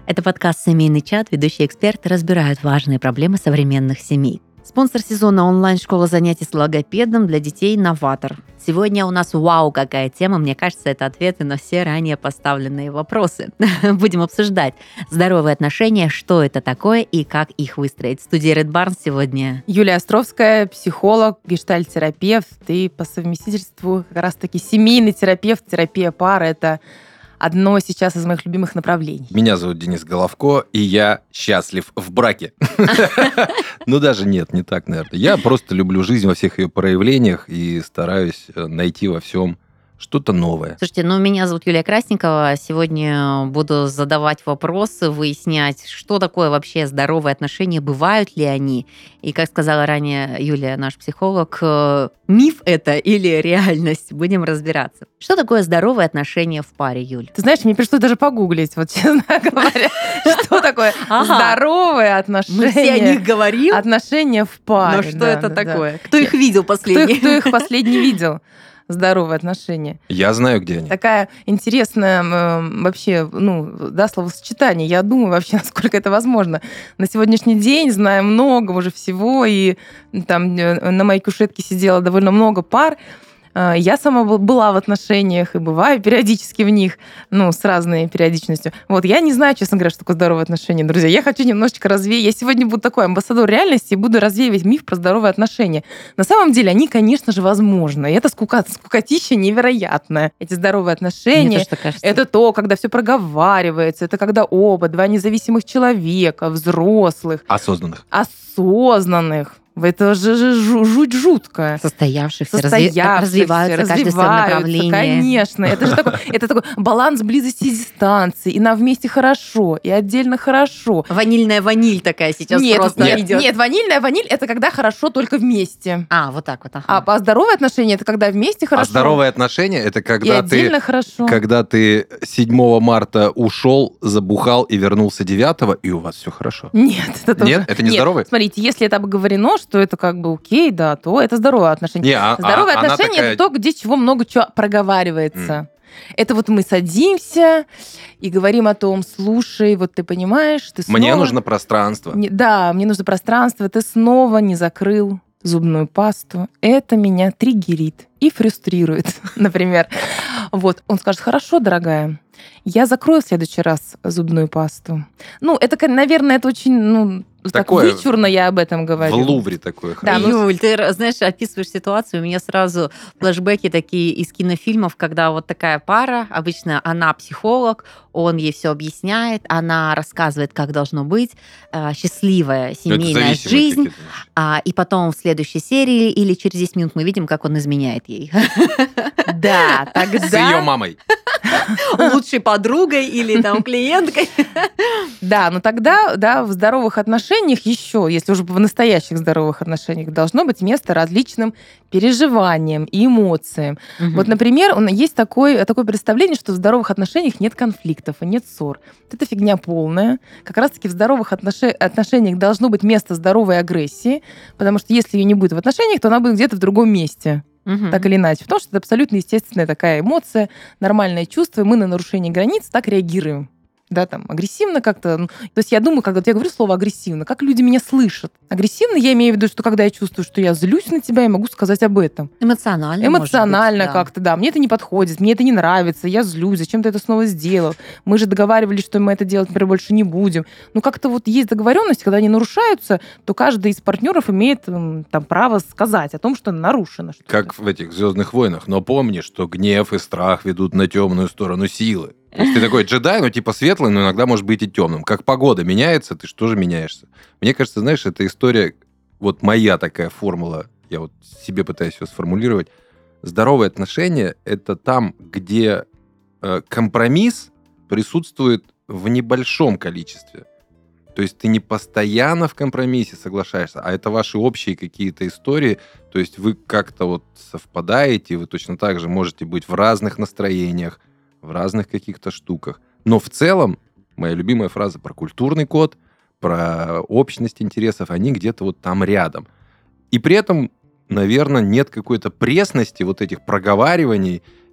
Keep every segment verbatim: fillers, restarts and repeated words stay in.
Это подкаст «Семейный чат». Ведущие эксперты разбирают важные проблемы современных семей. Спонсор сезона онлайн-школа занятий с логопедом для детей «Новатор». Сегодня у нас вау, какая тема. Мне кажется, это ответы на все ранее поставленные вопросы. Будем обсуждать здоровые отношения, что это такое и как их выстроить. В студии Red Barn сегодня Юлия Островская, психолог, гештальт-терапевт и по совместительству как раз-таки семейный терапевт, терапия пар. Это одно сейчас из моих любимых направлений. Меня зовут Денис Головко, и я счастлив в браке. Ну, даже нет, не так, наверное. Я просто люблю жизнь во всех ее проявлениях и стараюсь найти во всем что-то новое. Слушайте, ну, меня зовут Юлия Красникова. Сегодня буду задавать вопросы, выяснять, что такое вообще здоровые отношения, бывают ли они. И, как сказала ранее Юлия, наш психолог, миф это или реальность? Будем разбираться. Что такое здоровые отношения в паре, Юль? Ты знаешь, мне пришлось даже погуглить, вот честно говоря, что такое здоровые отношения. Мы все о них говорим. Отношения в паре. Но что это такое? Кто их видел последний? Кто их последний видел? Здоровые отношения. Я знаю, где они. Такая интересная э, вообще, ну, да, словосочетание. Я думаю вообще, насколько это возможно. На сегодняшний день знаю много уже всего, и там э, на моей кушетке сидело довольно много пар. Я сама была в отношениях и бываю периодически в них, ну, с разной периодичностью. Вот, я не знаю, честно говоря, что такое здоровые отношения, друзья. Я хочу немножечко развеять. Я сегодня буду такой амбассадор реальности и буду развеивать миф про здоровые отношения. На самом деле они, конечно же, возможны. И это скука... скукотища невероятная. Эти здоровые отношения, это то, когда все проговаривается, это когда оба, два независимых человека, взрослых. Осознанных. Осознанных. Это же жуть жуткая. Состоявшихся, Состоявшихся развиваются, развиваются, каждый в своем направлении. Конечно. Это же такой, это такой баланс близости и дистанции. И нам вместе хорошо, и отдельно хорошо. Ванильная ваниль такая сейчас нет, просто нет, идет. Нет, ванильная ваниль — это когда хорошо только вместе. А, вот так вот. Ага. А, а здоровые отношения — это когда вместе хорошо. А здоровые отношения — это когда и отдельно ты, хорошо. Когда ты седьмого марта ушел, забухал и вернулся девятого, и у вас все хорошо. Нет, это тоже... Нет, это не нет, здоровые? Смотрите, если это обговорено, что это как бы окей, да, то это здоровые отношения. Не, а, здоровые а, отношения такая... это то, где чего много чего проговаривается. Mm. Это вот мы садимся и говорим о том, слушай, вот ты понимаешь, ты снова... Мне нужно пространство. Не, да, мне нужно пространство, ты снова не закрыл зубную пасту. Это меня триггерит и фрустрирует, например. Вот, он скажет, хорошо, дорогая, я закрою в следующий раз зубную пасту. Ну, это, наверное, это очень, ну, такое так вычурно я об этом говорю. В Лувре такое. Да, ну, Юль, ты, знаешь, описываешь ситуацию, у меня сразу флешбеки такие из кинофильмов, когда вот такая пара, обычно она психолог, он ей все объясняет, она рассказывает, как должно быть, счастливая семейная жизнь, а, и потом в следующей серии или через десять минут мы видим, как он изменяет ей. Да, тогда... С ее мамой. Лучшей подругой или там клиенткой. Да, но тогда, да, в здоровых отношениях еще, если уже в настоящих здоровых отношениях, должно быть место различным переживаниям и эмоциям. Угу. Вот, например, есть такое, такое представление, что в здоровых отношениях нет конфликтов и нет ссор. Вот это фигня полная. Как раз-таки в здоровых отнош... отношениях должно быть место здоровой агрессии, потому что если ее не будет в отношениях, то она будет где-то в другом месте. Угу. Так или иначе. Потому что это абсолютно естественная такая эмоция, нормальное чувство, и мы на нарушение границ так реагируем. Да, там, агрессивно как-то. Ну, то есть я думаю, когда я говорю слово агрессивно, как люди меня слышат. Агрессивно я имею в виду, что когда я чувствую, что я злюсь на тебя, я могу сказать об этом. Эмоционально. Эмоционально быть, да. как-то, да. Мне это не подходит, мне это не нравится, я злюсь, зачем ты это снова сделал? Мы же договаривались, что мы это делать, например, больше не будем. Ну, как-то вот есть договоренности, когда они нарушаются, то каждый из партнеров имеет там право сказать о том, что нарушено. Что-то. Как в этих «Звездных войнах». Но помни, что гнев и страх ведут на темную сторону силы. То есть ты такой джедай, ну типа светлый, но иногда может быть и темным. Как погода меняется, ты же тоже меняешься. Мне кажется, знаешь, эта история, вот моя такая формула, я вот себе пытаюсь ее сформулировать. Здоровые отношения – это там, где э, компромисс присутствует в небольшом количестве. То есть ты не постоянно в компромиссе соглашаешься, а это ваши общие какие-то истории. То есть вы как-то вот совпадаете, вы точно так же можете быть в разных настроениях, в разных каких-то штуках. Но в целом, моя любимая фраза про культурный код, про общность интересов, они где-то вот там рядом. И при этом, наверное, нет какой-то пресности вот этих проговариваний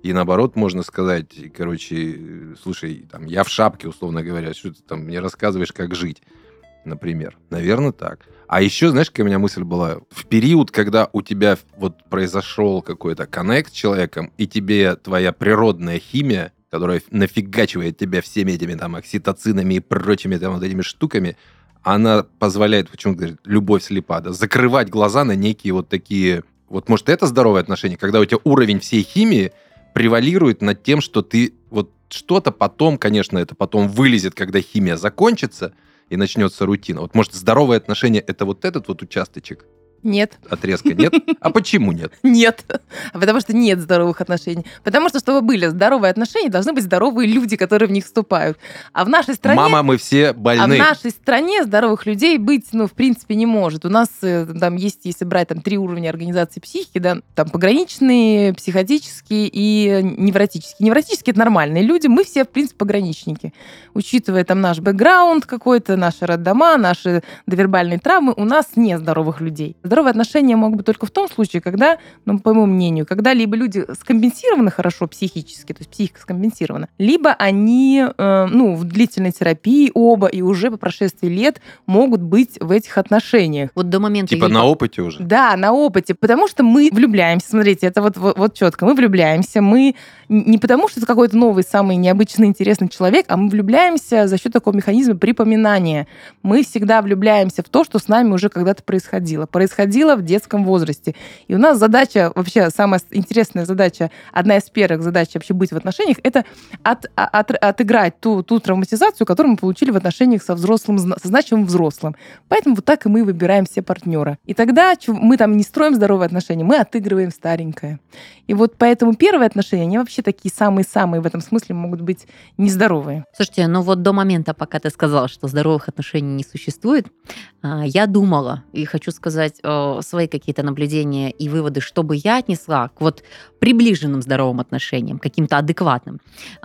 И наоборот, можно сказать, короче, слушай, там, я в шапке, условно говоря, что ты там мне рассказываешь, как жить, например. Наверное, так. А еще, знаешь, какая у меня мысль была? В период, когда у тебя вот произошел какой-то коннект с человеком, и тебе твоя природная химия, которая нафигачивает тебя всеми этими там окситоцинами и прочими там вот этими штуками, она позволяет, почему говорят, любовь слепа, да, закрывать глаза на некие вот такие... Вот, может, это здоровое отношение, когда у тебя уровень всей химии превалирует над тем, что ты вот что-то потом, конечно, это потом вылезет, когда химия закончится, и начнется рутина. Вот, может, здоровое отношение — это вот этот вот участочек? Нет. Отрезка нет? А почему нет? Нет. Потому что нет здоровых отношений. Потому что, чтобы были здоровые отношения, должны быть здоровые люди, которые в них вступают. А в нашей стране... Мама, мы все больны. А в нашей стране здоровых людей быть, ну, в принципе, не может. У нас там есть, если брать там три уровня организации психики, да, там пограничные, психотические и невротические. Невротические — это нормальные люди, мы все, в принципе, пограничники. Учитывая там наш бэкграунд какой-то, наши роддома, наши довербальные травмы, у нас нет здоровых людей. Здоровые отношения могут быть только в том случае, когда, ну, по моему мнению, когда либо люди скомпенсированы хорошо психически, то есть психика скомпенсирована, либо они, э, ну, в длительной терапии оба и уже по прошествии лет могут быть в этих отношениях. Вот до момента... Типа на опыте уже? Да, на опыте, потому что мы влюбляемся. Смотрите, это вот, вот, вот четко. Мы влюбляемся, мы не потому, что это какой-то новый, самый необычный, интересный человек, а мы влюбляемся за счет такого механизма припоминания. Мы всегда влюбляемся в то, что с нами уже когда-то происходило. Происходило в детском возрасте. И у нас задача, вообще самая интересная задача, одна из первых задач вообще быть в отношениях, это от, от, отыграть ту, ту травматизацию, которую мы получили в отношениях со взрослым, со значимым взрослым. Поэтому вот так и мы выбираем все партнера. И тогда мы там не строим здоровые отношения, мы отыгрываем старенькое. И вот поэтому первые отношения, они вообще такие самые-самые в этом смысле могут быть нездоровые. Слушайте, ну вот до момента, пока ты сказала, что здоровых отношений не существует, я думала, и хочу сказать свои какие-то наблюдения и выводы, чтобы я отнесла к вот приближенным здоровым отношениям, каким-то адекватным.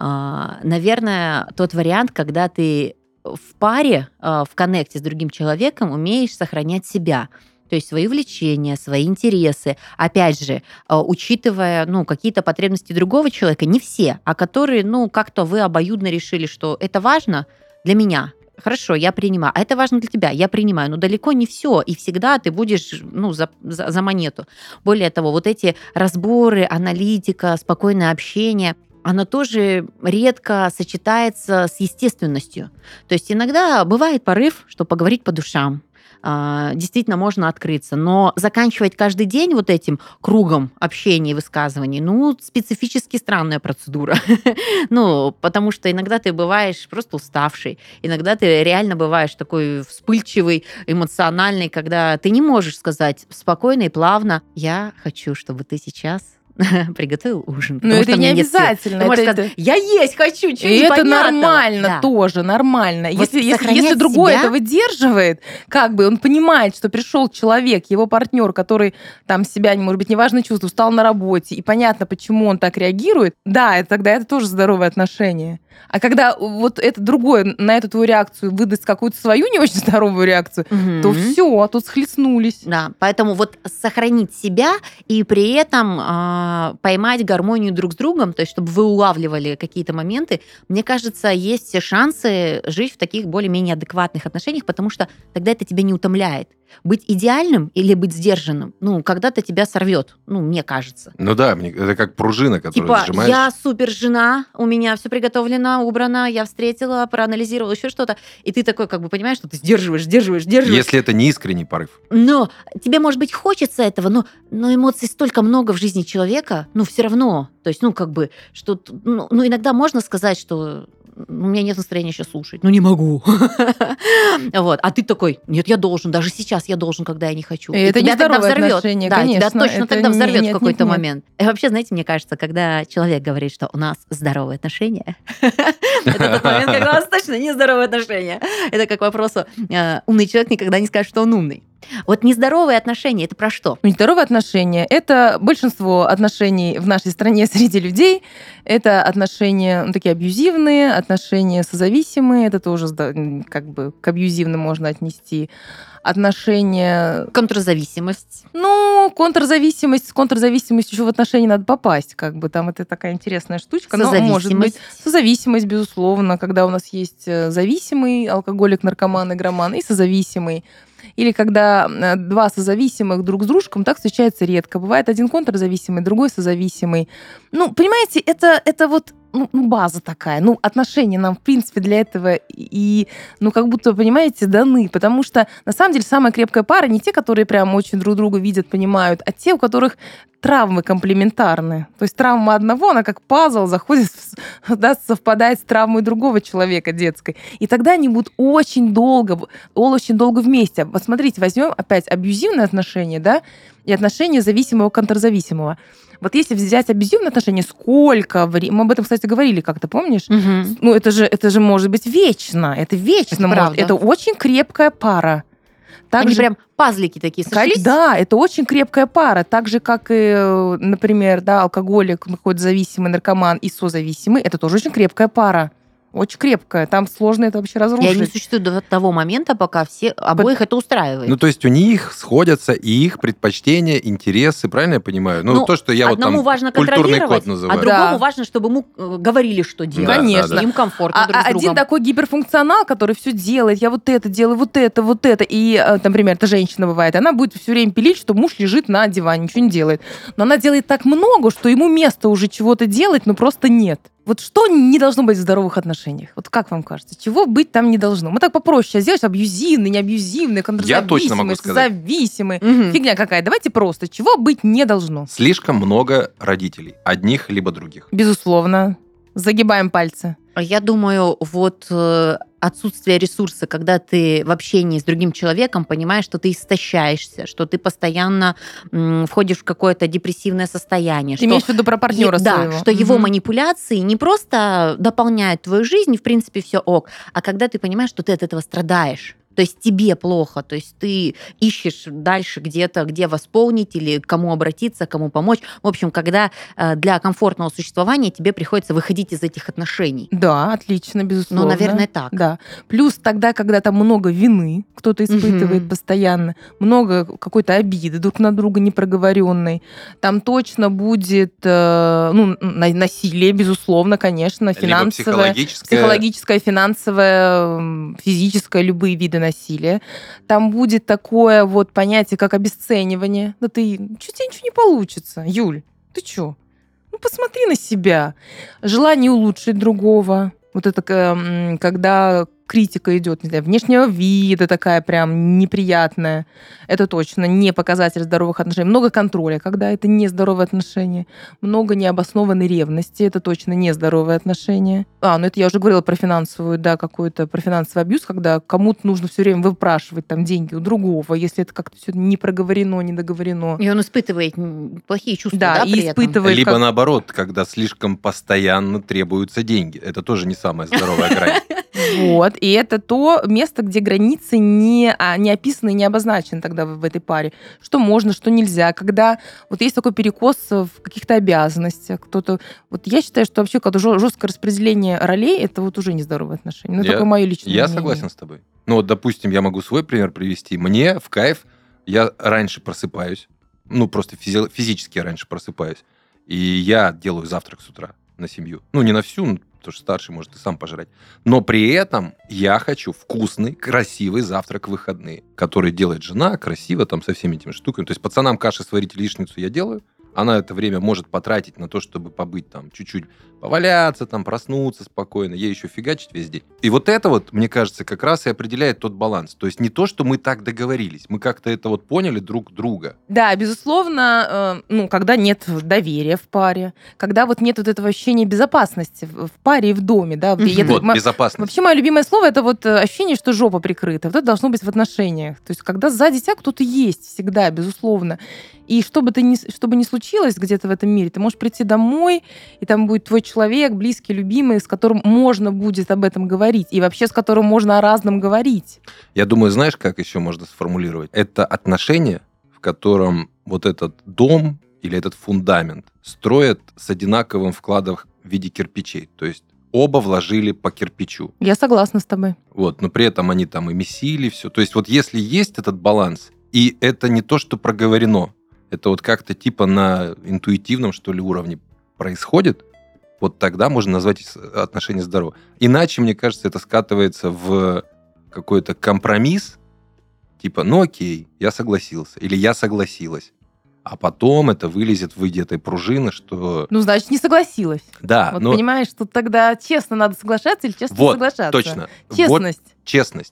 Наверное, тот вариант, когда ты в паре, в коннекте с другим человеком умеешь сохранять себя. То есть свои увлечения, свои интересы. Опять же, учитывая, ну, какие-то потребности другого человека, не все, а которые, ну, как-то вы обоюдно решили, что это важно для меня. Хорошо, я принимаю. А это важно для тебя, я принимаю. Но далеко не все. И всегда ты будешь, ну, за, за, за монету. Более того, вот эти разборы, аналитика, спокойное общение, оно тоже редко сочетается с естественностью. То есть иногда бывает порыв, что поговорить по душам. Действительно можно открыться, но заканчивать каждый день вот этим кругом общения и высказываний, ну, специфически странная процедура. Ну, потому что иногда ты бываешь просто уставший, иногда ты реально бываешь такой вспыльчивый, эмоциональный, когда ты не можешь сказать спокойно и плавно: я хочу, чтобы ты сейчас приготовил ужин. Но это не обязательно. Ты можешь это, сказать: я есть хочу, что и это непонятного. нормально Да. тоже, нормально. Вот если, если, если другой себя... это выдерживает, как бы он понимает, что пришел человек, его партнер, который там себя, может быть, неважно чувствует, устал на работе, и понятно, почему он так реагирует, да, это, тогда это тоже здоровое отношение. А когда вот это другое на эту твою реакцию выдаст какую-то свою не очень здоровую реакцию, угу. то все, тут схлестнулись. Да, поэтому вот сохранить себя и при этом э, поймать гармонию друг с другом, то есть чтобы вы улавливали какие-то моменты, мне кажется, есть все шансы жить в таких более-менее адекватных отношениях, потому что тогда это тебя не утомляет. Быть идеальным или быть сдержанным, ну, когда-то тебя сорвет, ну, мне кажется. Ну да, это как пружина, которую типа, сжимаешь. Я супер жена, у меня все приготовлено, убрано, я встретила, проанализировала еще что-то, и ты такой, как бы, понимаешь, что ты сдерживаешь, сдерживаешь, сдерживаешь. Если это не искренний порыв. Но тебе, может быть, хочется этого, но, но эмоций столько много в жизни человека, ну, все равно. То есть, ну, как бы, что... Ну, ну иногда можно сказать, что... у меня нет настроения сейчас слушать. Ну, не могу. Вот. А ты такой: нет, я должен, даже сейчас я должен, когда я не хочу. И это тебя тогда нездоровое взорвет. отношение, Да, конечно. тебя точно Это тогда не- взорвет нет, в какой-то нет, нет. момент. И вообще, знаете, мне кажется, когда человек говорит, что у нас здоровые отношения, это тот момент, когда у нас точно нездоровые отношения. Это как к вопросу: э, умный человек никогда не скажет, что он умный. Вот нездоровые отношения, это про что? Нездоровые отношения – это большинство отношений в нашей стране среди людей. Это отношения ну, такие абьюзивные, отношения созависимые. Это тоже как бы к абьюзивным можно отнести. Отношения... Контрзависимость. Ну, контрзависимость. С контрзависимостью еще в отношения надо попасть. Как бы там это такая интересная штучка. Но может быть созависимость, безусловно, когда у нас есть зависимый алкоголик, наркоман, игроман и созависимый. Или когда два созависимых друг с дружком, так встречается редко. Бывает один контрзависимый, другой созависимый. Ну, понимаете, это, это вот ну, база такая. Ну, отношения нам, в принципе, для этого и, ну, как будто, понимаете, даны. Потому что, на самом деле, самая крепкая пара не те, которые прям очень друг друга видят, понимают, а те, у которых травмы комплементарны. То есть травма одного, она как пазл заходит, да, совпадает с травмой другого человека детской. И тогда они будут очень долго, очень долго вместе. Вот смотрите, возьмем опять абьюзивные отношения, да, и отношения зависимого контрзависимого. Вот если взять абьюзивные отношения, сколько времени... Мы об этом, кстати, говорили как-то, помнишь? Угу. Ну, это же, это же может быть вечно. Это вечно. Это, может. Это очень крепкая пара. Так Они же... прям пазлики такие сошлись? Да, это очень крепкая пара. Так же, как и, например, да, алкоголик, находит зависимый наркоман и созависимый. Это тоже очень крепкая пара. Очень крепкая. Там сложно это вообще разрушить. И они существуют до того момента, пока все обоих Под... это устраивает. Ну, то есть у них сходятся и их предпочтения, интересы, правильно я понимаю? Ну, ну то, что я вот там важно культурный код называю. А другому да. важно, чтобы ему говорили, что делать. Конечно. Да, да. Им комфортно а, друг с другом. Один такой гиперфункционал, который все делает. Я вот это делаю, вот это, вот это. И, например, эта женщина бывает, она будет все время пилить, что муж лежит на диване, ничего не делает. Но она делает так много, что ему места уже чего-то делать, ну, просто нет. Вот что не должно быть в здоровых отношениях? Вот как вам кажется? Чего быть там не должно? Мы так попроще сделать абьюзивный, неабьюзивный, контрзависимый, зависимый. Угу. Фигня какая. Давайте просто. Чего быть не должно? Слишком много родителей. Одних либо других. Безусловно. Загибаем пальцы. Я думаю, вот э, отсутствие ресурса, когда ты в общении с другим человеком понимаешь, что ты истощаешься, что ты постоянно м, входишь в какое-то депрессивное состояние. Ты имеешь в виду про партнера е- своего? Да, что угу. его манипуляции не просто дополняют твою жизнь, в принципе, все ок, а когда ты понимаешь, что ты от этого страдаешь. То есть тебе плохо, то есть ты ищешь дальше где-то, где восполнить или кому обратиться, кому помочь. В общем, когда для комфортного существования тебе приходится выходить из этих отношений. Да, отлично, безусловно. Ну, наверное, так. Да. Плюс тогда, когда там много вины, кто-то испытывает угу. постоянно, много какой-то обиды друг на друга непроговоренной, там точно будет ну, насилие, безусловно, конечно, финансовое, психологическое... психологическое, финансовое, физическое, любые виды насилия. Там будет такое вот понятие, как обесценивание. Да ты, что тебе ничего не получится, Юль? Ты что? Ну, посмотри на себя. Желание улучшить другого. Вот это когда критика идет, не знаю, внешнего вида такая прям неприятная. Это точно не показатель здоровых отношений. Много контроля, когда это нездоровые отношения. Много необоснованной ревности. Это точно нездоровые отношения. А, ну это я уже говорила про финансовую, да, какой-то, про финансовый абьюз, когда кому-то нужно все время выпрашивать там деньги у другого, если это как-то все не проговорено, не договорено. И он испытывает плохие чувства, да, да, и при испытывает... Либо как... наоборот, когда слишком постоянно требуются деньги. Это тоже не самая здоровая грань. Вот. И это то место, где границы не, а, не описаны, не обозначены тогда в, в этой паре. Что можно, что нельзя. Когда вот есть такой перекос в каких-то обязанностях. Кто-то... Вот я считаю, что вообще когда жесткое распределение ролей, это вот уже нездоровые отношения. Ну, это только мое личное Я мнение. согласен с тобой. Ну, вот, допустим, я могу свой пример привести. Мне в кайф, я раньше просыпаюсь, ну, просто физи- физически я раньше просыпаюсь, и я делаю завтрак с утра на семью. Ну, не на всю, потому что старший может и сам пожрать. Но при этом я хочу вкусный, красивый завтрак в выходные, который делает жена красиво там со всеми этими штуками. То есть пацанам каши сварить, яичницу я делаю. Она это время может потратить на то, чтобы побыть там чуть-чуть, поваляться, там, проснуться спокойно, ей еще фигачить весь день. И вот это вот, мне кажется, как раз и определяет тот баланс. То есть не то, что мы так договорились, мы как-то это вот поняли друг друга. Да, безусловно, э, ну, когда нет доверия в паре, когда вот нет вот этого ощущения безопасности в, в паре и в доме, да. Mm-hmm. Я, вот, м- безопасность. Вообще, мое любимое слово – это вот ощущение, что жопа прикрыта. Вот это должно быть в отношениях. То есть когда сзади тебя кто-то есть всегда, безусловно. И что бы, ты ни, что бы ни случилось, случилось где-то в этом мире, ты можешь прийти домой, и там будет твой человек, близкий, любимый, с которым можно будет об этом говорить, и вообще с которым можно о разном говорить. Я думаю, знаешь, как еще можно сформулировать? Это отношение, в котором вот этот дом или этот фундамент строят с одинаковым вкладом в виде кирпичей. То есть оба вложили по кирпичу. Я согласна с тобой. Вот, но при этом они там и месили все. То есть вот если есть этот баланс, и это не то, что проговорено, это вот как-то типа на интуитивном, что ли, уровне происходит, вот тогда можно назвать отношения здоровы. Иначе, мне кажется, это скатывается в какой-то компромисс, типа, ну окей, я согласился, или я согласилась. А потом это вылезет в виде этой пружины, что... Ну, значит, не согласилась. Да, вот но... понимаешь, тут тогда честно надо соглашаться или честно вот, соглашаться? точно. Честность. Вот, честность.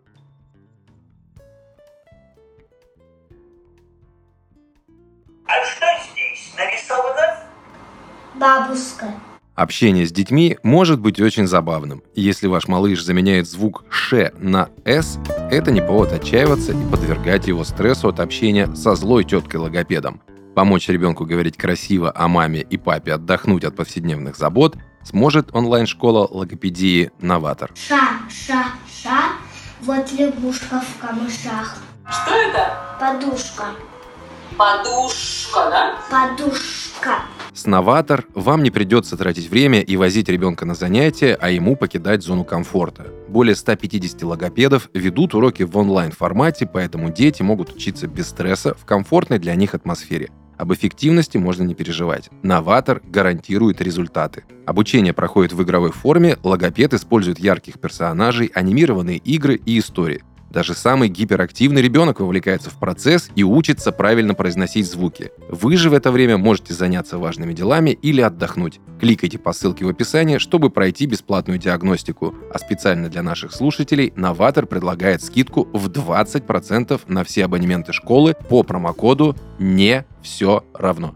А что здесь нарисовано? Бабушка. Общение с детьми может быть очень забавным. И если ваш малыш заменяет звук «ш» на «с», это не повод отчаиваться и подвергать его стрессу от общения со злой теткой-логопедом. Помочь ребенку говорить красиво о маме и папе, отдохнуть от повседневных забот сможет онлайн-школа логопедии «Новатор». Ша, ша, ша, вот лягушка в камышах. Что это? Подушка, Подушка, да? подушка. С «Новатор» вам не придется тратить время и возить ребенка на занятия, а ему покидать зону комфорта. Более ста пятидесяти логопедов ведут уроки в онлайн-формате, поэтому дети могут учиться без стресса в комфортной для них атмосфере. Об эффективности можно не переживать. «Новатор» гарантирует результаты. Обучение проходит в игровой форме, логопед использует ярких персонажей, анимированные игры и истории. Даже самый гиперактивный ребенок вовлекается в процесс и учится правильно произносить звуки. Вы же в это время можете заняться важными делами или отдохнуть. Кликайте по ссылке в описании, чтобы пройти бесплатную диагностику. А специально для наших слушателей «Новатор» предлагает скидку в двадцать процентов на все абонементы школы по промокоду «Не все равно».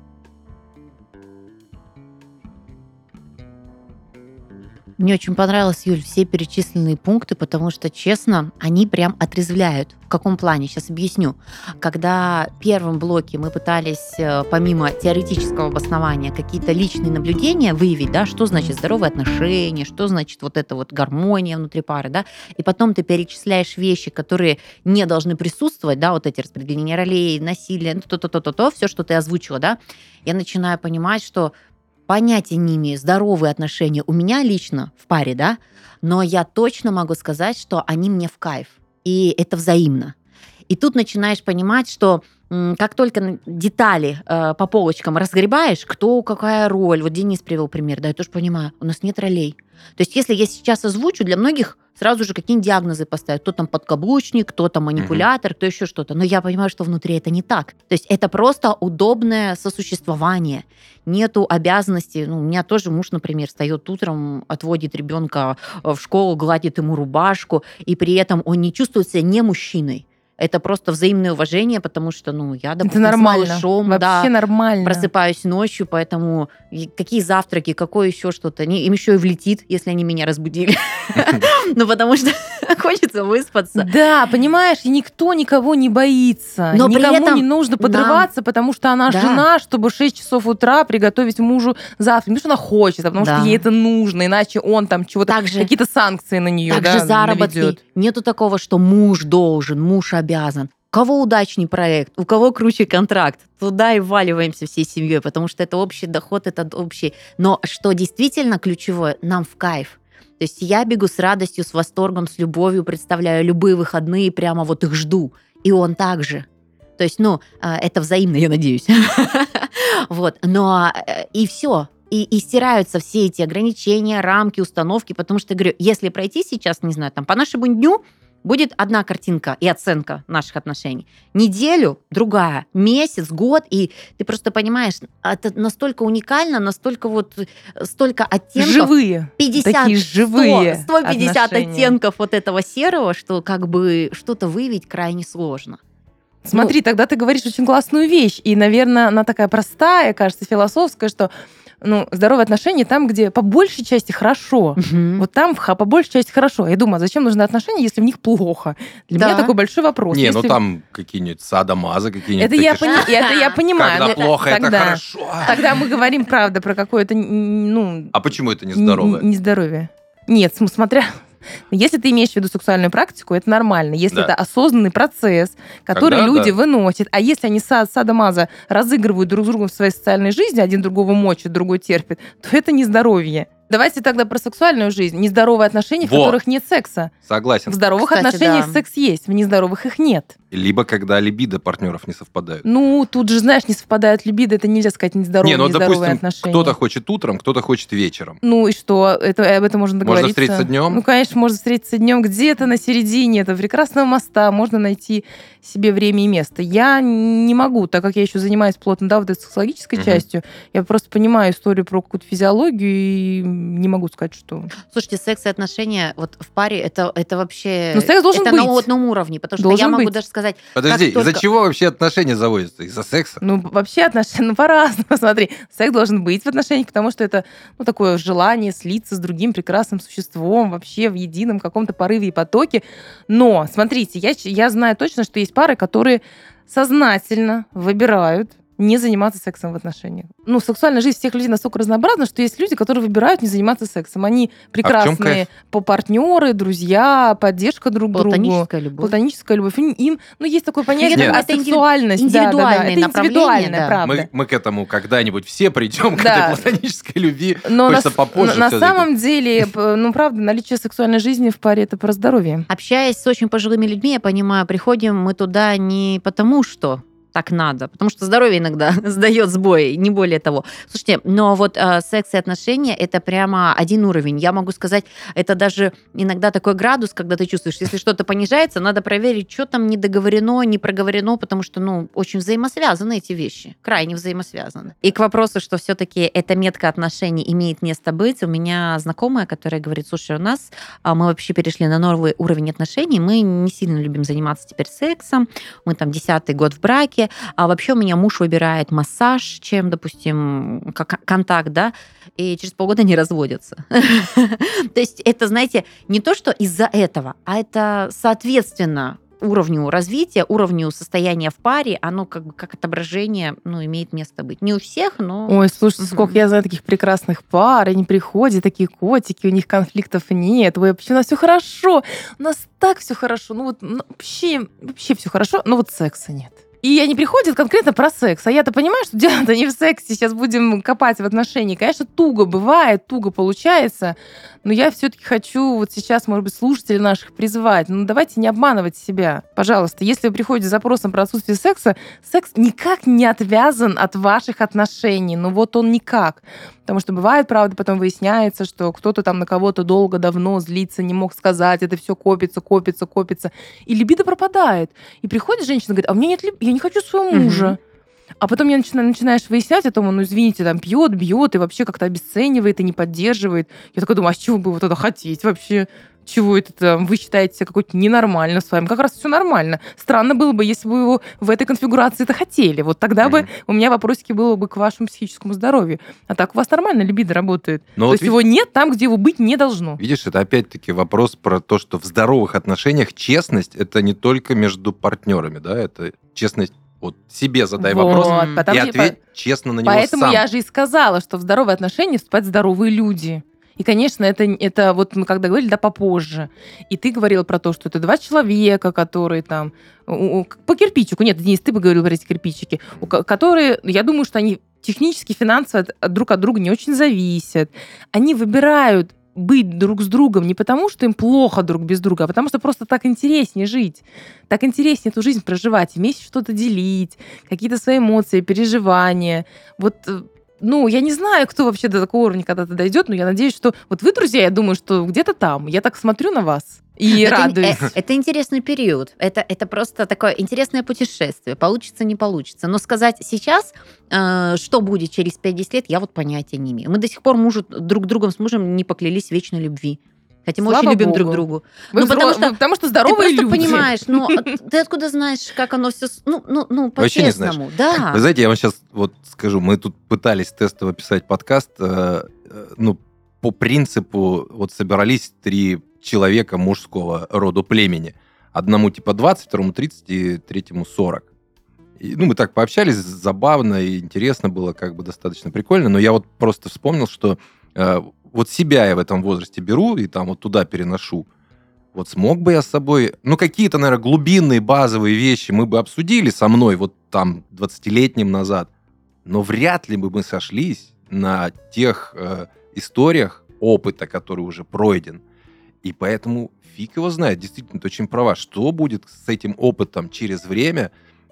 Мне очень понравилось, Юль, все перечисленные пункты, потому что, честно, они прям отрезвляют. В каком плане? Сейчас объясню. Когда в первом блоке мы пытались, э, помимо теоретического обоснования, какие-то личные наблюдения выявить, да, что значит здоровые отношения, что значит вот эта вот гармония внутри пары, да, и потом ты перечисляешь вещи, которые не должны присутствовать, да, вот эти распределения ролей, насилие, то-то-то-то-то, все, что ты озвучила, да, я начинаю понимать, что понятия не имею, здоровые отношения у меня лично в паре, да, но я точно могу сказать, что они мне в кайф, и это взаимно. И тут начинаешь понимать, что м, как только детали э, по полочкам разгребаешь, кто какая роль, вот Денис привел пример, да, я тоже понимаю, у нас нет ролей. То есть если я сейчас озвучу, для многих сразу же какие-нибудь диагнозы поставят. Кто там подкаблучник, кто там манипулятор, кто еще что-то. Но я понимаю, что внутри это не так. То есть это просто удобное сосуществование. Нету обязанности. Ну, у меня тоже муж, например, встает утром, отводит ребенка в школу, гладит ему рубашку, и при этом он не чувствует себя не мужчиной. Это просто взаимное уважение, потому что, ну, я, допустим, это нормально. с малышом, Вообще да, нормально. просыпаюсь ночью, поэтому какие завтраки, какое еще что-то. Им еще и влетит, если они меня разбудили. Ну, потому что хочется выспаться. Да, понимаешь, и никто никого не боится. Но при Никому этом не нужно подрываться, потому что она Да. жена, чтобы в шесть часов утра приготовить мужу завтрак. Не потому что она хочет, а потому Да. что ей это нужно, иначе он там чего-то, Также- какие-то санкции на нее, Также да, заработки. наведет. Нету такого, что муж должен, муж обязан. У кого удачней проект, у кого круче контракт, туда и вваливаемся всей семьей, потому что это общий доход, это общий. Но что действительно ключевое, нам в кайф. То есть я бегу с радостью, с восторгом, с любовью, представляю любые выходные, прямо вот их жду. И он также. То есть, ну, э, это взаимно, я надеюсь. Вот. Но э, и все. И, и стираются все эти ограничения, рамки, установки, потому что, говорю, если пройти сейчас, не знаю, там, по нашему дню, будет одна картинка и оценка наших отношений. Неделю другая, месяц, год, и ты просто понимаешь, это настолько уникально, настолько вот столько оттенков. Живые. пятьдесят, Такие живые сто, сто пятьдесят отношения. оттенков вот этого серого, что как бы что-то выявить крайне сложно. Смотри, тогда ты говоришь очень классную вещь, и, наверное, она такая простая, кажется, философская, что ну, здоровые отношения там, где по большей части хорошо. Мгм. Вот там ха- по большей части хорошо. Я думаю, а зачем нужны отношения, если в них плохо? Для Да. меня такой большой вопрос. Не, ну Если- там какие-нибудь садомазы какие-нибудь. Это я, такие, пони- это я понимаю. Когда но плохо, это тогда- хорошо. Тогда мы говорим, правда, про какое-то, н- ну... А почему это н- нездоровое? н- Нездоровье. Нет, см- смотря... Если ты имеешь в виду сексуальную практику, это нормально. Если Да. это осознанный процесс, который Тогда люди да. выносят. А если они сад, садомаза разыгрывают друг с другом в своей социальной жизни, один другого мочит, другой терпит, то это нездоровье. Давайте тогда про сексуальную жизнь. Нездоровые отношения, в Во. которых нет секса. В Согласен. здоровых Кстати, отношениях да. секс есть, в нездоровых их нет. Либо когда либидо партнеров не совпадают. Ну, тут же, знаешь, не совпадают либидо, это нельзя сказать нездоровые, Не, ну, нездоровые допустим, отношения. кто-то хочет утром, кто-то хочет вечером. Ну и что? Это, об этом можно Можно договориться. встретиться днем? Ну, конечно, можно встретиться днем где-то на середине этого прекрасного моста. Можно найти себе время и место. Я не могу, так как я еще занимаюсь плотно, да, вот этой сексологической Мгм. частью, я просто понимаю историю про какую-то физиологию и не могу сказать, что... Слушайте, секс и отношения вот в паре это, это вообще Ну, секс должен это быть. на одном уровне, потому что Должен я могу быть. даже сказать, Подожди, как из-за только- чего вообще отношения заводятся? Из-за секса? Ну, вообще отношения, ну, по-разному, смотри. Секс должен быть в отношениях, потому что это, ну, такое желание слиться с другим прекрасным существом вообще в едином каком-то порыве и потоке. Но, смотрите, я, ч- я знаю точно, что есть пары, которые сознательно выбирают не заниматься сексом в отношениях. Ну, сексуальная жизнь всех людей настолько разнообразна, что есть люди, которые выбирают не заниматься сексом. Они прекрасные кайф? по партнеры, друзья, поддержка друг другу. платоническая любовь. Платоническая любовь. Им, им, ну, есть такое понятие, Нет. как Это инди- асексуальность. Да, да, да. индивидуальное Это направление, индивидуальная, да. правда. Мы, мы к этому когда-нибудь все придем, к Да. этой платонической любви. Но Хочется на, с- попозже на всё-таки. самом деле, п- ну, правда, наличие сексуальной жизни в паре – это про здоровье. Общаясь с очень пожилыми людьми, я понимаю, приходим мы туда не потому, что так надо, потому что здоровье иногда сдает сбой, не более того. Слушайте, но вот э, секс и отношения – это прямо один уровень. Я могу сказать, это даже иногда такой градус, когда ты чувствуешь, если что-то понижается, надо проверить, что там не договорено, не проговорено, потому что, ну, очень взаимосвязаны эти вещи, крайне взаимосвязаны. И к вопросу, что все-таки эта метка отношений имеет место быть, у меня знакомая, которая говорит, слушай, у нас а, мы вообще перешли на новый уровень отношений, мы не сильно любим заниматься теперь сексом, мы там десятый год в браке, а вообще у меня муж выбирает массаж, чем, допустим, как контакт, да, и через полгода не разводятся. То есть это, знаете, не то, что из-за этого, а это соответственно уровню развития, уровню состояния в паре, оно как бы как отображение, ну, имеет место быть. Не у всех, но... Ой, слушайте, Мгм. сколько я знаю таких прекрасных пар, они приходят, такие котики, у них конфликтов нет, ой, вообще у нас все хорошо, у нас так все хорошо, ну вот ну, вообще, вообще все хорошо, но вот секса нет. И они приходят конкретно про секс. А я-то понимаю, что дело-то не в сексе. Сейчас будем копать в отношении. Конечно, туго бывает, туго получается. Но я все-таки хочу вот сейчас, может быть, слушателей наших призвать. Ну, давайте не обманывать себя. Пожалуйста, если вы приходите с запросом про отсутствие секса, секс никак не отвязан от ваших отношений. Ну, вот он никак. Потому что бывает, правда, потом выясняется, что кто-то там на кого-то долго, давно злится, не мог сказать, это все копится, копится, копится. И либидо пропадает. И приходит женщина и говорит, а у меня нет либидо, я не хочу своего Мгм. мужа. А потом я начинаю, начинаешь выяснять о том, ну, извините, там, пьет, бьет, и вообще как-то обесценивает, и не поддерживает. Я такая думаю, а с чего бы вы тогда хотеть вообще? Чего это там? Вы считаете себя какой-то ненормально с вами? Как раз все нормально. Странно было бы, если бы вы его в этой конфигурации это хотели. Вот тогда бы Мгм. у меня вопросики было бы к вашему психическому здоровью. А так у вас нормально либидо работает. Но То вот есть ви- его нет там, где его быть не должно. Видишь, это опять-таки вопрос про то, что в здоровых отношениях честность это не только между партнерами, да, это честность. Вот себе задай Вот, вопрос потому и что- ответь честно на него Поэтому сам. я же и сказала, что в здоровые отношения вступают здоровые люди. И, конечно, это, это вот мы когда говорили, да, попозже. И ты говорила про то, что это два человека, которые там у- у- по кирпичику, нет, Денис, ты бы говорил про эти кирпичики, у ко- которые, я думаю, что они технически, финансово от- от друг от друга не очень зависят. Они выбирают быть друг с другом не потому, что им плохо друг без друга, а потому что просто так интереснее жить. Так интереснее эту жизнь проживать, вместе что-то делить, какие-то свои эмоции, переживания. Вот, э, ну, я не знаю, кто вообще до такого уровня когда-то дойдет, но я надеюсь, что вот вы, друзья, я думаю, что где-то там. Я так смотрю на вас и это, радуюсь. э, это интересный период. Это, это просто такое интересное путешествие. Получится, не получится. Но сказать сейчас, э, что будет через пять-десять лет, я вот понятия не имею. Мы до сих пор мужу, друг другом с мужем не поклялись в вечной любви. Хотя мы Слава очень любим богу. друг другу. Вы Ну, потому взро- что вы- потому что Ты здоровые просто люди. понимаешь, ну, а ты откуда знаешь, как оно все, ну, ну, ну Вообще не знаешь. по-честному. Да. Вы знаете, я вам сейчас вот скажу, мы тут пытались тестово писать подкаст, э, э, ну, по принципу, вот собрались три человека мужского рода племени. Одному типа двадцать, второму тридцать и третьему сорок. И, ну, мы так пообщались, забавно и интересно было, как бы достаточно прикольно, но я вот просто вспомнил, что э, вот себя я в этом возрасте беру и там вот туда переношу. Вот смог бы я с собой... Ну, какие-то, наверное, глубинные базовые вещи мы бы обсудили со мной вот там двадцатилетним назад, но вряд ли бы мы сошлись на тех э, историях опыта, который уже пройден. И поэтому фиг его знает, действительно, ты очень права. Что будет с этим опытом через время?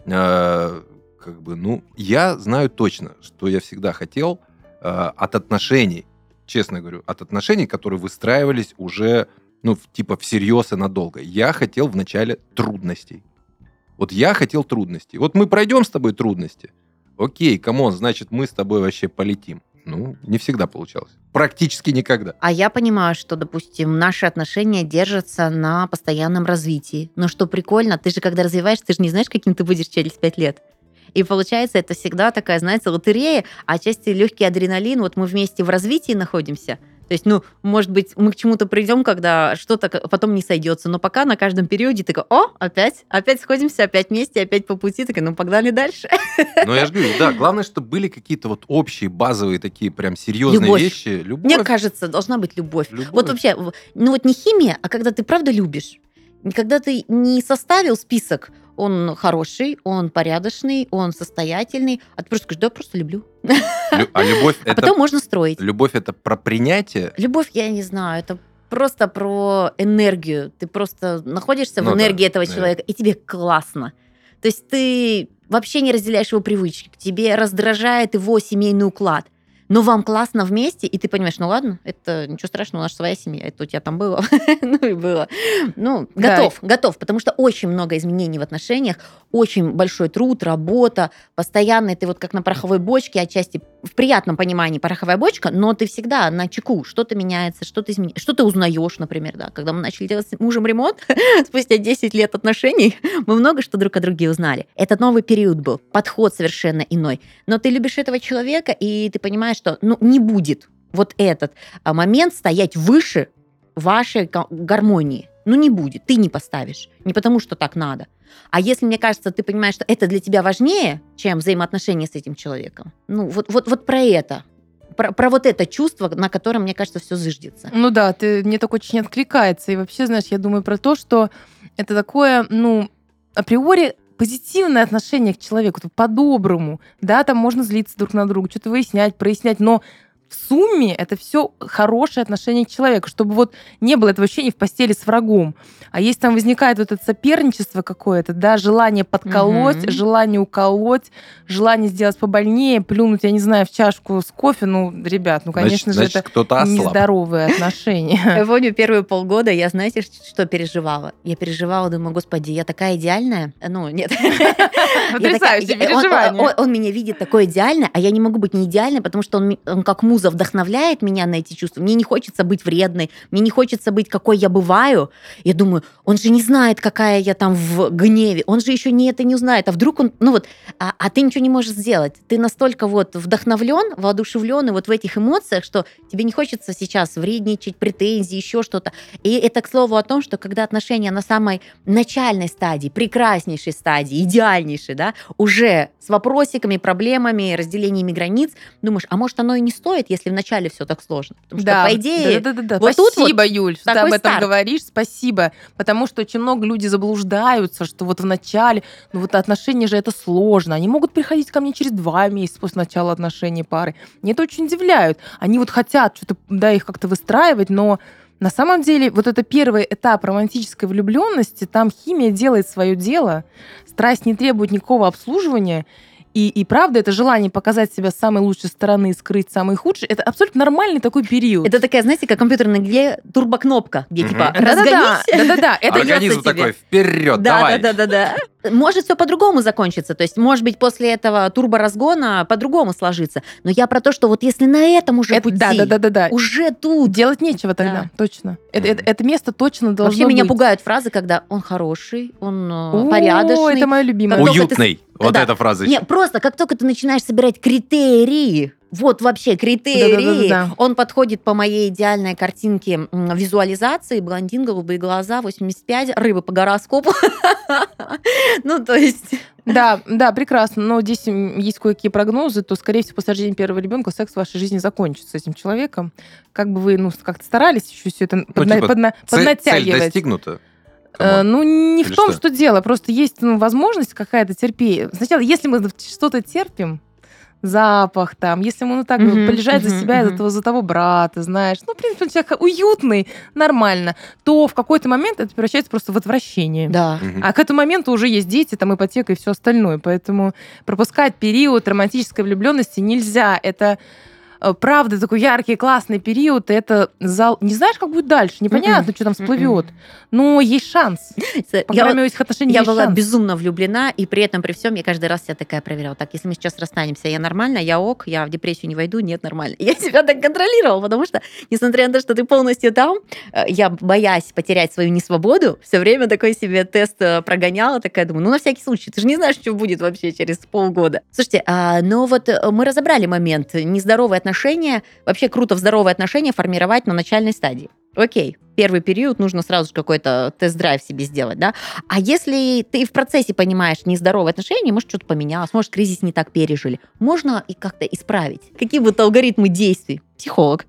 Э, как бы, ну, я знаю точно, что я всегда хотел э, от отношений, честно говорю, от отношений, которые выстраивались уже, ну, в- типа всерьез и надолго. Я хотел вначале трудностей. Вот я хотел трудностей. Вот мы пройдем с тобой трудности. Окей, камон, значит, мы с тобой вообще полетим. Ну, не всегда получалось. Практически никогда. А я понимаю, что, допустим, наши отношения держатся на постоянном развитии. Но что прикольно, ты же, когда развиваешься, ты же не знаешь, каким ты будешь через пять лет. И получается, это всегда такая, знаете, лотерея, а отчасти легкий адреналин. Вот мы вместе в развитии находимся. То есть, ну, может быть, мы к чему-то придем, когда что-то к- потом не сойдется. Но пока на каждом периоде такой, о, опять, опять сходимся, опять вместе, опять по пути. Такая, ну, погнали дальше. Но я же говорю, да, главное, чтобы были какие-то вот общие, базовые такие прям серьезные Любовь. вещи. Любовь. Мне кажется, должна быть любовь. Любовь. Вот вообще, в- ну вот не химия, а когда ты правда любишь. Когда ты не составил список, он хороший, он порядочный, он состоятельный, а ты просто говоришь, да, я просто люблю. Лю- А любовь А это... потом можно строить. Любовь это про принятие. Любовь, я не знаю, это просто про энергию. Ты просто находишься Ну в да, энергии этого наверное. человека, и тебе классно. То есть ты вообще не разделяешь его привычки, тебе раздражает его семейный уклад. Но вам классно вместе, и ты понимаешь, ну ладно, это ничего страшного, у нас своя семья, это у тебя там было, ну и было. Ну, Да. готов, готов, потому что очень много изменений в отношениях, очень большой труд, работа, постоянно ты вот как на пороховой бочке, отчасти в приятном понимании пороховая бочка, но ты всегда на чеку, что-то меняется, что-то изменяется, что ты узнаешь, например, да, когда мы начали делать с мужем ремонт, спустя десять лет отношений, мы много что друг о друге узнали. Это новый период был, подход совершенно иной. Но ты любишь этого человека, и ты понимаешь, что ну, не будет вот этот а, момент стоять выше вашей га- гармонии. Ну, не будет, ты не поставишь. Не потому, что так надо. А если, мне кажется, ты понимаешь, что это для тебя важнее, чем взаимоотношения с этим человеком, ну, вот, вот, вот про это. Про, про вот это чувство, на котором, мне кажется, все зыждется. Ну да, ты, мне так очень откликается. И вообще, знаешь, я думаю про то, что это такое, ну, априори позитивное отношение к человеку, то по-доброму. Да, там можно злиться друг на друга, что-то выяснять, прояснять, но в сумме это все хорошее отношение к человеку, чтобы вот не было этого ощущения в постели с врагом. А если там возникает вот это соперничество какое-то, да, желание подколоть, Мгм. желание уколоть, желание сделать побольнее, плюнуть, я не знаю, в чашку с кофе, ну, ребят, ну, конечно Значит, же, значит, это кто-то ослаб. нездоровые отношения. Я помню, первые полгода я, знаете, ш- что переживала? Я переживала, думаю, господи, я такая идеальная. Ну, нет. Я Потрясающее такая- я- он- переживание. Он, он меня видит такой идеальной, а я не могу быть не идеальной, потому что он, ми- он как муза вдохновляет меня на эти чувства. Мне не хочется быть вредной, мне не хочется быть, какой я бываю. Я думаю, он же не знает, какая я там в гневе, он же еще не это не узнает. А вдруг он, ну вот, а, а ты ничего не можешь сделать. Ты настолько вот вдохновлен, воодушевлен и вот в этих эмоциях, что тебе не хочется сейчас вредничать, претензии, еще что-то. И это, к слову, о том, что когда отношения на самой начальной стадии, прекраснейшей стадии, идеальнейшей, да, уже с вопросиками, проблемами, разделениями границ, думаешь, а может, оно и не стоит, если вначале все так сложно? Потому что, по идее, да, да, да, да. вот тут вот Спасибо, Юль, что ты такой об этом старт. говоришь. Спасибо. Потому что очень много людей заблуждаются, что вот в начале, ну вот отношения же это сложно. Они могут приходить ко мне через два месяца после начала отношений пары. Меня это очень удивляют. Они вот хотят что-то, да, их как-то выстраивать, но на самом деле вот это первый этап романтической влюбленности, там химия делает свое дело, страсть не требует никакого обслуживания, И, и правда, это желание показать себя с самой лучшей стороны и скрыть самые худшие, это абсолютно нормальный такой период. Это такая, знаете, как в компьютерной игре турбокнопка, где Мгм. типа Да-да-да, разгонись. да-да-да, это Организм льётся тебе. такой, вперед, Да, давай. да, да, да, да. Может все по-другому закончиться. То есть, может быть, после этого турборазгона по-другому сложится. Но я про то, что вот если на этом уже Это- пути, да-да-да-да. уже тут. Делать нечего тогда, Да. точно. Это, Мгм. это, это место точно должно Вообще быть. меня пугают фразы, когда он хороший, он э, О, порядочный. это моя любимая. Как только Уютный. Вот Да. эта фраза Не, еще. просто как только ты начинаешь собирать критерии, вот вообще критерии, Да-да-да-да-да. он подходит по моей идеальной картинке м, визуализации, блондин, голубые глаза, восемьдесят пять, рыбы по гороскопу. Ну, то есть... Да, да, прекрасно. Но здесь м, есть кое-какие прогнозы, то, скорее всего, после рождения первого ребенка секс в вашей жизни закончится с этим человеком. Как бы вы, ну, как-то старались еще все это подна- типа, подна- Цель, цель поднатягивать. достигнута. Э, Камон. ну, не Или в том, что? что дело. Просто есть ну, возможность какая-то терпеть. Сначала, если мы что-то терпим, запах там, если ему ну так Мгм, полежать за мгм, себя, мгм. за, того, за того брата, знаешь, ну, в принципе, он человек уютный, нормально, то в какой-то момент это превращается просто в отвращение. Да. Мгм. А к этому моменту уже есть дети, там ипотека и все остальное. Поэтому пропускать период романтической влюбленности нельзя. Это э, правда такой яркий, классный период. И это зал... Не знаешь, как будет дальше, непонятно, Мгм. что там всплывет. Мгм. Но есть шанс. По Я крайней мере, в этих отношениях Я есть была шанс. безумно влюблена, и при этом, при всем, я каждый раз себя такая проверяла. Так, если мы сейчас расстанемся, я нормально, я ок, я в депрессию не войду, нет, нормально. Я себя так контролировала, потому что, несмотря на то, что ты полностью там, э, я, боясь потерять свою несвободу, все время такой себе тест э, прогоняла, такая, думаю, ну, на всякий случай, ты же не знаешь, что будет вообще через полгода. Слушайте, а, ну вот э, мы разобрали момент. Нездоровые отношения, вообще круто в здоровые отношения формировать на начальной стадии. Окей, первый период нужно сразу же какой-то тест-драйв себе сделать, да? А если ты в процессе понимаешь нездоровые отношения, может, что-то поменялось, может, кризис не так пережили, можно и как-то исправить. Какие будут алгоритмы действий? Психолог.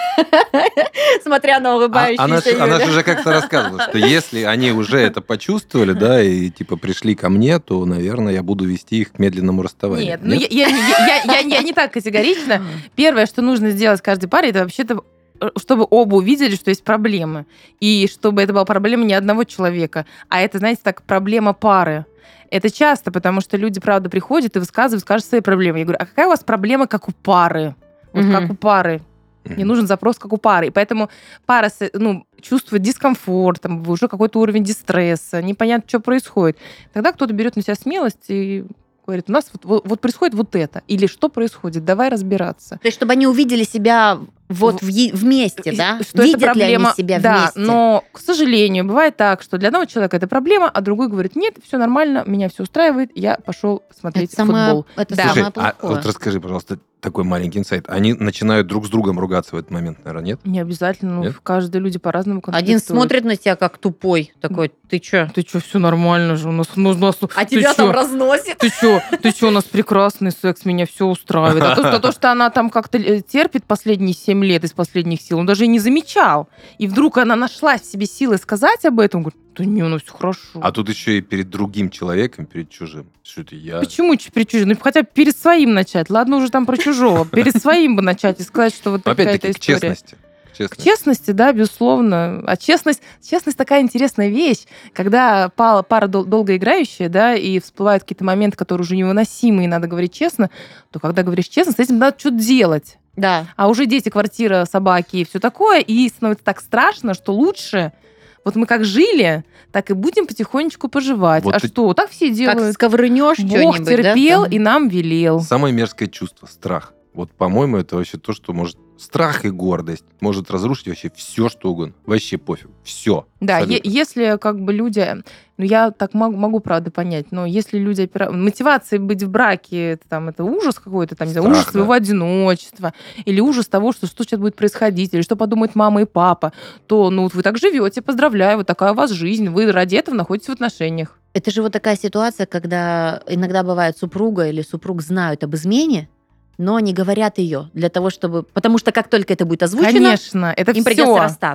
Смотря на А- улыбающуюся Она, ж- она Юлю. же уже как-то рассказывала, что если они уже это почувствовали, да, и типа пришли ко мне, то, наверное, я буду вести их к медленному расставанию. Нет, ну я, я, я, я- я- я не так категорично. Первое, что нужно сделать каждой паре, это вообще-то э, чтобы оба увидели, что есть проблемы. И чтобы это была проблема не одного человека, а это, знаете, так, проблема пары. Это часто, потому что люди, правда, приходят и высказывают, скажут свои проблемы. Я говорю, а какая у вас проблема, как у пары? Вот Мгм. как у пары. Мне нужен запрос, как у пары. И поэтому пара с- ну, чувствует дискомфорт, там, уже какой-то уровень дистресса, непонятно, что происходит. Тогда кто-то берет на себя смелость и говорит, у нас вот, вот, вот происходит вот это. Или что происходит? Давай разбираться. То есть, чтобы они увидели себя вот в е- вместе, да? Что Видят это проблема, ли они себя да, вместе? но, к сожалению, бывает так, что для одного человека это проблема, а другой говорит, нет, все нормально, меня все устраивает, я пошел смотреть Это самое- футбол. это Да. самое Слушай, а плохое. вот расскажи, пожалуйста, такой маленький инсайт. Они начинают друг с другом ругаться в этот момент, наверное, нет? Не обязательно, ну, Нет? каждые люди по-разному Один конфликтуют. смотрит на тебя как тупой, такой, ты чё? Ты что, все нормально же, у нас, ну, у нас А ты тебя чё? там разносит. Ты что, ты что, у нас прекрасный секс, меня все устраивает. А то, что, то, что она там как-то э, терпит последние семь лет из последних сил, он даже и не замечал. И вдруг она нашла в себе силы сказать об этом, говорит, да не, у нас все хорошо. А тут еще и перед другим человеком, перед чужим. Что это я? Почему ч- перед чужим? Ну, хотя бы перед своим начать. Ладно, уже там про чужого. Перед своим бы начать и сказать, что вот Но такая-то опять-таки, к история. честности. К К честности. честности, да, безусловно. А честность, честность такая интересная вещь, когда пара, пара дол- долгоиграющая, да, и всплывают какие-то моменты, которые уже невыносимые, и надо говорить честно, то когда говоришь честно, с этим надо что-то делать. Да. А уже дети, квартира, собаки и все такое, и становится так страшно, что лучше вот мы как жили, так и будем потихонечку поживать. Вот а ты- что, так все Как делают. сковырнешь Бог что-нибудь, да? терпел там? и нам велел. Самое мерзкое чувство — страх. Вот, по-моему, это вообще то, что может... Страх и гордость может разрушить вообще все, что угодно. Вообще пофиг. Все. Да, е- если как бы люди, ну я так могу, могу правда понять, но если люди опира... мотивация быть в браке, это там это ужас какой-то, там не знаю, Страх, ужас своего да. одиночества или ужас того, что что сейчас будет происходить, или что подумают мама и папа, то ну вот вы так живете, поздравляю, вот такая у вас жизнь, вы ради этого находитесь в отношениях. Это же вот такая ситуация, когда иногда бывает супруга или супруг знают об измене, но не говорят ее для того, чтобы... Потому что как только это будет озвучено, Конечно, это им все. придется расстаться.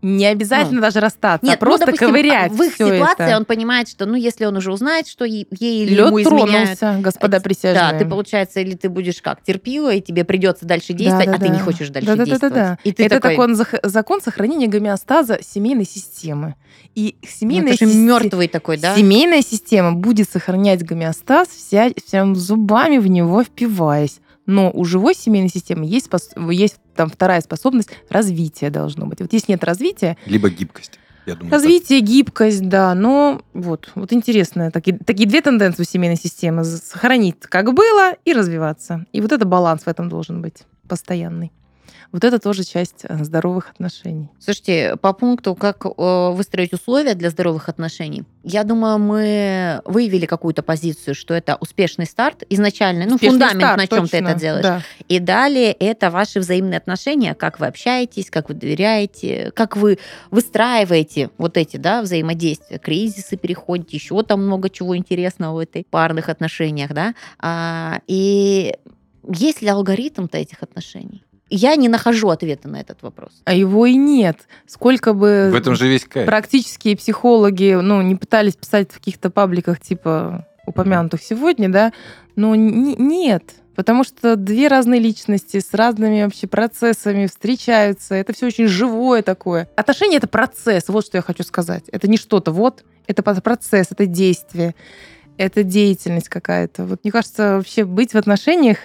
Не обязательно Ну. даже расстаться, Нет, а просто ну, допустим, ковырять в их всё ситуации это. он понимает, что, ну, если он уже узнает, что е- ей или Лед ему изменяют, тронулся, господа присяжные. да, ты, получается, или ты будешь как, терпила, и тебе придется дальше действовать, а ты не хочешь дальше Да, да, да, действовать. да, да. И ты Это такой, такой зах- закон сохранения гомеостаза семейной системы. И ну, семейная, это же систе- мертвый такой, да? семейная система будет сохранять гомеостаз, вся, всем зубами в него впиваясь. Но у живой семейной системы есть, спос- есть там вторая способность развития должно быть. Вот если нет развития, Либо гибкость. Я думаю, развитие, гибкость, да, но вот, вот интересно. Такие, такие две тенденции у семейной системы. З- Сохранить, как было, и развиваться. И вот это баланс в этом должен быть постоянный. Вот это тоже часть э, здоровых отношений. Слушайте, по пункту, как э, выстроить условия для здоровых отношений, я думаю, мы выявили какую-то позицию, что это успешный старт изначально, ну, Успешный фундамент, старт, на чем ты точно, это делаешь. да. И далее это ваши взаимные отношения, как вы общаетесь, как вы доверяете, как вы выстраиваете вот эти, да, взаимодействия, кризисы переходите, еще там много чего интересного в этой парных отношениях, да. А, и есть ли алгоритм-то этих отношений? Я не нахожу ответа на этот вопрос. А его и нет. Сколько бы В этом же весь кайф. практические психологи, ну, не пытались писать в каких-то пабликах типа упомянутых сегодня, да, но не- нет. Потому что две разные личности с разными вообще процессами встречаются. Это все очень живое такое. Отношения — это процесс, вот что я хочу сказать. Это не что-то, вот, это процесс, это действие, это деятельность какая-то. Вот мне кажется, вообще быть в отношениях,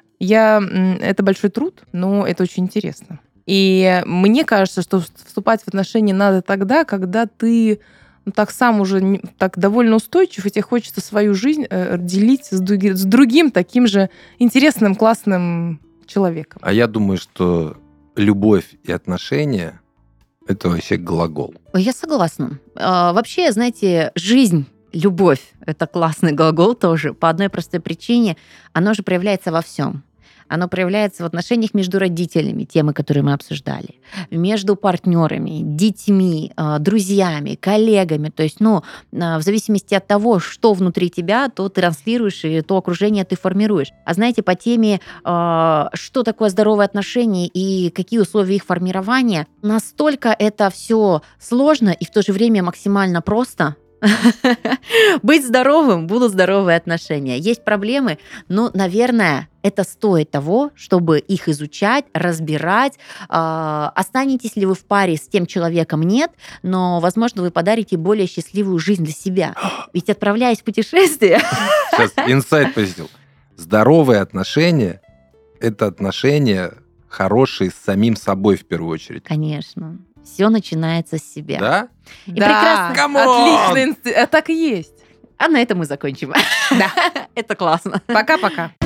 я, м, это большой труд, но это очень интересно. И мне кажется, что вступать в отношения надо тогда, когда ты ну, так сам уже не- так довольно устойчив, и тебе хочется свою жизнь э, делить с, дуги- с другим таким же интересным, классным человеком. А я думаю, что любовь и отношения – это вообще глагол. Я согласна. А, Вообще, знаете, жизнь, любовь – это классный глагол тоже, по одной простой причине. Оно же проявляется во всем. Оно проявляется в отношениях между родителями, темы, которые мы обсуждали, между партнерами, детьми, а, друзьями, коллегами. То есть, ну, а, в зависимости от того, что внутри тебя, то ты транслируешь, и то окружение ты формируешь. А знаете, по теме, а, что такое здоровые отношения и какие условия их формирования, настолько это все сложно и в то же время максимально просто. Быть здоровым, будут здоровые отношения. Есть проблемы, но, наверное, это стоит того, чтобы их изучать, разбирать. А, Останетесь ли вы в паре с тем человеком, нет, но, возможно, вы подарите более счастливую жизнь для себя. Ведь, отправляясь в путешествие... Сейчас инсайт посетил. Здоровые отношения – это отношения хорошие с самим собой в первую очередь. Конечно. Все начинается с себя. Да? И Да, прекрасно. Камон! отлично, инст- а так и есть. А на этом мы закончим. Да. Это классно. Пока-пока.